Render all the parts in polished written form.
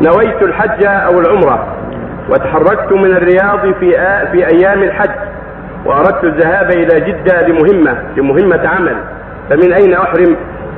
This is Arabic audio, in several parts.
نويت الحج أو العمرة وتحركت من الرياض في أيام الحج، وأردت الذهاب إلى جدة لمهمة عمل، فمن أين أحرم؟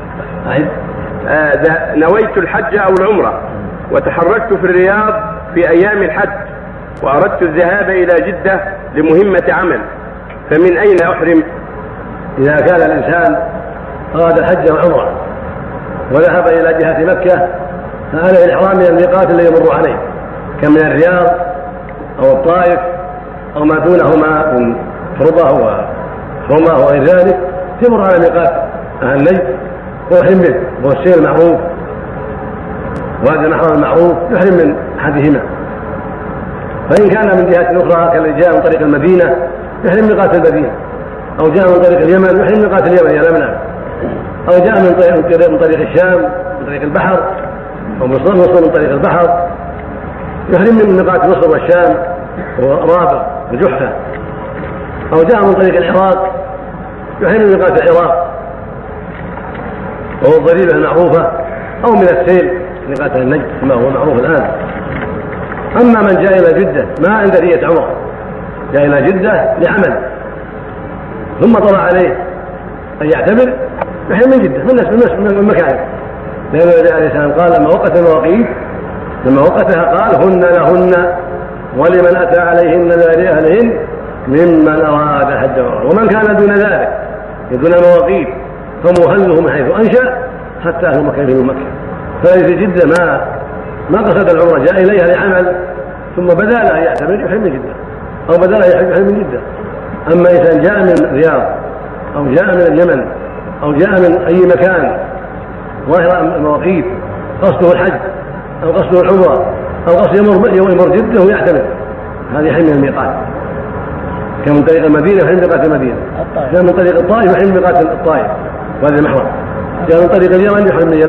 نويت الحج أو العمرة وتحركت في الرياض في أيام الحج، وأردت الذهاب إلى جدة لمهمة عمل، فمن أين أحرم؟ إذا كان الإنسان أراد الحج والعمرة وذهب إلى جهة مكة فعليه الإحرام من الميقات الذي يمر عليه، كمن الرياض أو الطائف أو ما دونهما من فرضة وحرمة وغير ذلك، يمر على ميقات أهل نجد ويحرم منه، وهو السير المعروف وهذا المحرم المعروف يحرم من أحدهما. فإن كان من جهة أخرى كالذي جاء من طريق المدينة يحرم ميقات المدينة، أو جاء من طريق اليمن يحرم ميقات اليمن يا لمنا، أو جاء من طريق الشام من طريق البحر، أو مصر من طريق البحر يحرم من ميقات مصر والشام ورابغ وجحفة، أو جاء من طريق العراق يحرم من ميقات العراق وهو الضريبة المعروفة، أو من السيل ميقات النجد كما هو معروف الآن. أما من جاء إلى جدة ما عند نية عمرة، جاء إلى جدة لعمل ثم طلع عليه أن يعتمر يحرم من جدة من مكانه، لأن النبي عليه السلام قال لما وقت المواقيت لما وقتها قال هن لهن ولمن أتى عليهن لأهلهن ممن أراد الحج والعمرة، ومن كان دون ذلك دون المواقيت فمهله من حيث أنشأ حتى أهل مكة من مكة. فليس جدة ما قصد العمرة جاء إليها لعمل ثم بدا له يعتمر يحرم من جدة، أو بدا له يحرم من جدة. أما إنسان جاء من الرياض أو جاء من اليمن أو جاء من أي مكان ظاهر المواقيت قصده الحج أو قصده العمرة أو قصده يمر جدة ويعتمر، هذا يحرم من الميقات. كان من طريق المدينة يحرم ميقات المدينة، كان من طريق الطائف يحرم ميقات الطائف وهذا محرم، كان من طريق اليمن يحرم من